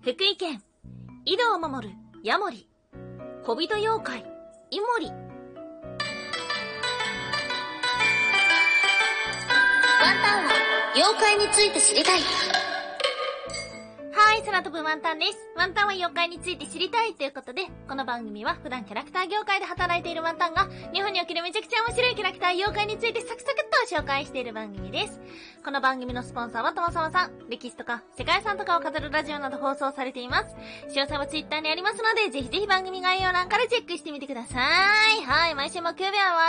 福井県、井戸を守るヤモリ、小人妖怪、イモリ。ワンタンは妖怪について知りたい。はい、空飛ぶワンタンです。ワンタンは妖怪について知りたいということで、この番組は普段キャラクター業界で働いているワンタンが、日本におけるめちゃくちゃ面白いキャラクター妖怪についてサクサクっと紹介している番組です。この番組のスポンサーはともさまさん、歴史とか世界遺産とかを語るラジオなど放送されています。詳細はツイッターにありますので、ぜひぜひ番組概要欄からチェックしてみてください。はい、毎週木曜日は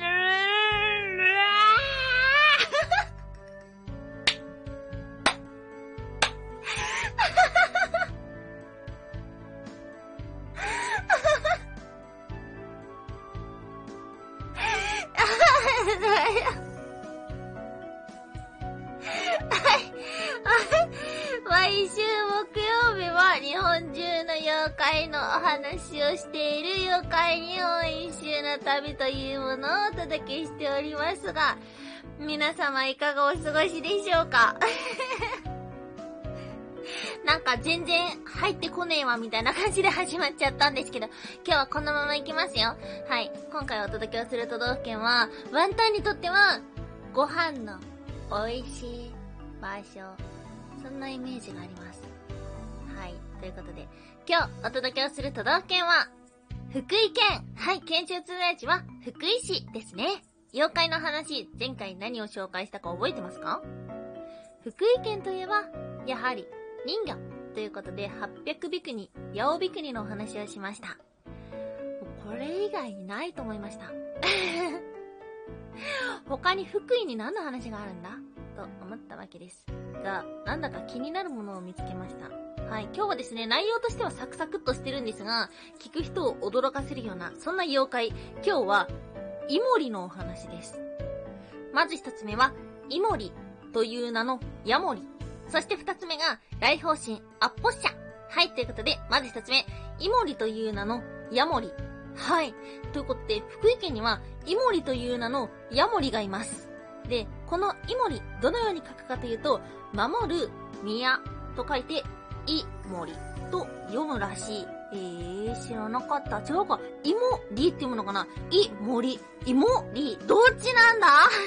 毎週木曜日は日本中の妖怪のお話をしている妖怪日本一周の旅というものをお届けしておりますが、皆様いかがお過ごしでしょうかなんか全然入ってこねえわみたいな感じで始まっちゃったんですけど、今日はこのまま行きますよ。はい、今回お届けをする都道府県は、ワンタンにとってはご飯の美味しい場所、そんなイメージがあります。はい、ということで今日お届けをする都道府県は福井県。はい、県庁所在地は福井市ですね。妖怪の話、前回何を紹介したか覚えてますか？福井県といえばやはり人魚ということで、800ビクニ、八尾ビクニのお話をしました。これ以外にないと思いました他に福井に何の話があるんだと思ったわけですが、なんだか気になるものを見つけました。はい、今日はですね、内容としてはサクサクっとしてるんですが、聞く人を驚かせるようなそんな妖怪。今日はイモリのお話です。まず一つ目はイモリという名のヤモリ、そして二つ目が来訪神アッポッシャ。はい、ということでまず一つ目、イモリという名のヤモリ。はい、ということで福井県にはイモリという名のヤモリがいます。で、このイモリ、どのように書くかというと、守る宮と書いてイモリと読むらしい。知らなかった。違うか、イモリっていうものかな。イモリ、イモリ、どっちなんだ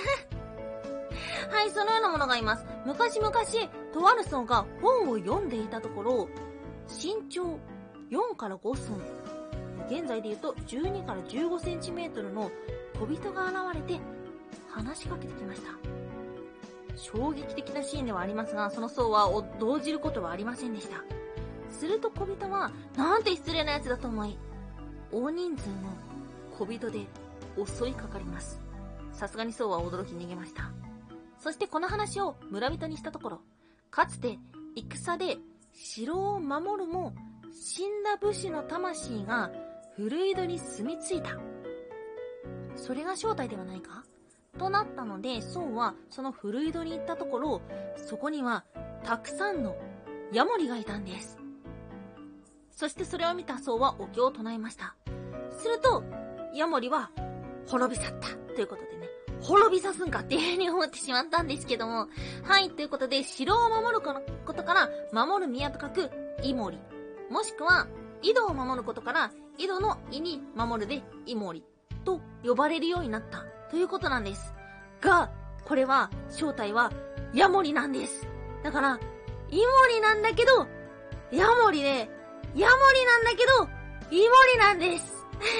はい、そのようなものがいます。昔々、とある僧が本を読んでいたところ、身長4から5寸、現在で言うと12から15センチメートルの小人が現れて話しかけてきました。衝撃的なシーンではありますが、その僧は動じることはありませんでした。すると小人は、なんて失礼なやつだと思い、大人数の小人で襲いかかります。さすがに僧は驚き逃げました。そしてこの話を村人にしたところ、かつて戦で城を守るも死んだ武士の魂が古井戸に住み着いた、それが正体ではないかとなったので、僧はその古井戸に行ったところ、そこにはたくさんのヤモリがいたんです。そしてそれを見た僧はお経を唱えました。するとヤモリは滅び去ったということでね、滅びさすんかっていう風に思ってしまったんですけども、はい、ということで城を守ることから守る宮と書くイモリ、もしくは井戸を守ることから井戸の井に守るでイモリと呼ばれるようになったということなんですが、これは正体はヤモリなんです。だからイモリなんだけどヤモリで、ヤモリなんだけどイモリなんです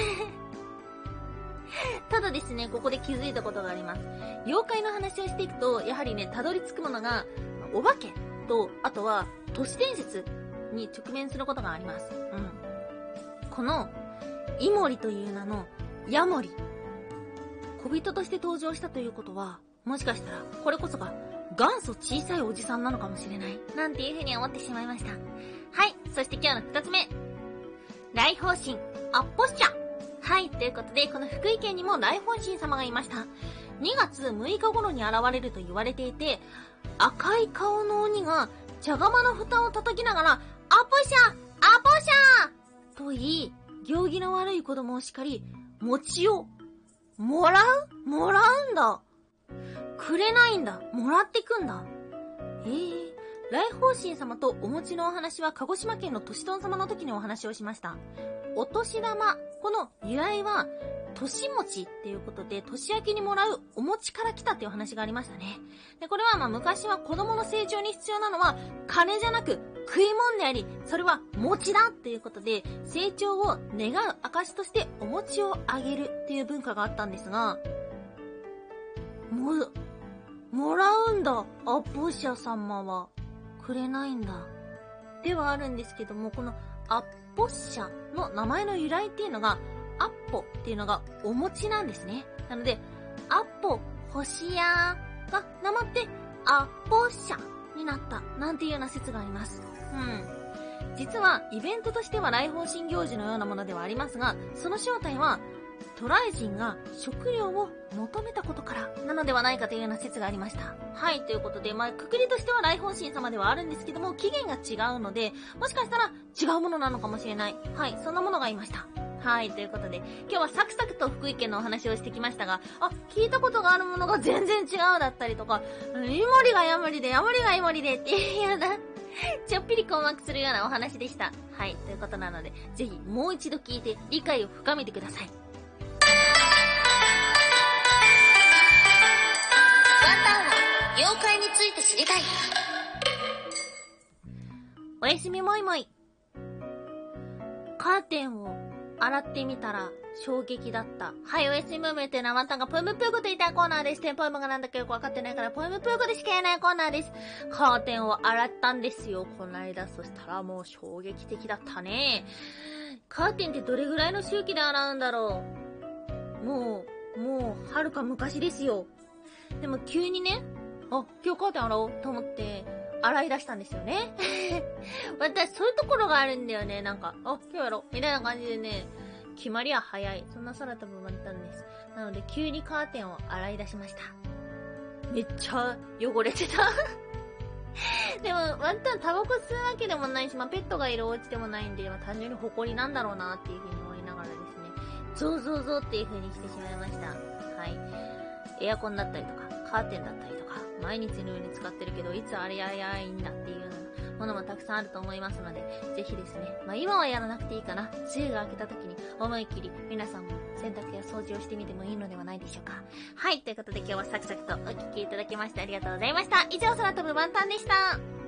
ただですね、ここで気づいたことがあります。妖怪の話をしていくと、やはりね、たどり着くものがお化けと、あとは都市伝説に直面することがあります。このイモリという名のヤモリ、小人として登場したということは、もしかしたらこれこそが元祖小さいおじさんなのかもしれない、なんていう風に思ってしまいました。はい、そして今日の二つ目、来訪神アッポッシャ。はい、ということでこの福井県にも来訪神様がいました。2月6日頃に現れると言われていて、赤い顔の鬼が茶釜の蓋を叩きながらアッポッシャアッポッシャと言い、行儀の悪い子供を叱り、餅をもらうんだ。くれないんだ。もらってくんだ。 来訪神様とお餅のお話は鹿児島県の年トン様の時にお話をしました。お年玉、この由来は年餅っていうことで、年明けにもらうお餅から来たっていう話がありましたね。で、これは昔は子供の成長に必要なのは金じゃなく食い物であり、それは餅だっていうことで、成長を願う証としてお餅をあげるっていう文化があったんですが、もらうんだ、アポシャ様は。くれないんだ。ではあるんですけども、このアポシャの名前の由来っていうのが、アッポっていうのがお餅なんですね。なので、アッポ星やがなまってアポシャになったなんていうような説があります。実はイベントとしては来訪神行事のようなものではありますが、その正体は渡来人が食料を求めたことからなのではないかというような説がありました。はい、ということで、くくりとしては来訪神様ではあるんですけども、起源が違うので、もしかしたら違うものなのかもしれない。はい、そんなものがいました。はい、ということで、今日はサクサクと福井県のお話をしてきましたが、聞いたことがあるものが全然違うだったりとか、イモリがヤモリで、ヤモリがイモリでっていうような、ちょっぴり困惑するようなお話でした。はい、ということなので、ぜひもう一度聞いて理解を深めてください。ワンタンは妖怪について知りたい。おやすみもいもい。カーテンを洗ってみたら衝撃だった。はい、おやすみもいもいっていうのはワンタンがポエムプーコと言いたいコーナーです。テンポエムがなんだかよくわかってないからポエムプーコでしか言えないコーナーです。カーテンを洗ったんですよ、この間。そしたらもう衝撃的だったね。カーテンってどれぐらいの周期で洗うんだろう。もう、はるか昔ですよ。でも急にね、今日カーテン洗おうと思って、洗い出したんですよね。私、そういうところがあるんだよね。なんか、今日やろうみたいな感じでね、決まりは早い。そんな空飛ぶワンタンです。なので、急にカーテンを洗い出しました。めっちゃ汚れてた。でも、ワンタンタバコ吸うわけでもないし、ペットがいるお家でもないんで、単純に埃なんだろうなっていう風に思いながらですね、ゾーゾーゾーっていう風にしてしまいました。はい。エアコンだったりとか、カーテンだったりとか、毎日のように使ってるけど、いつあれやりゃいいんだっていうようなものもたくさんあると思いますので、ぜひですね、今はやらなくていいかな。梅雨が明けた時に思いっきり皆さんも洗濯や掃除をしてみてもいいのではないでしょうか。はい、ということで今日はサクサクとお聞きいただきましてありがとうございました。以上、空飛ぶワンタンでした。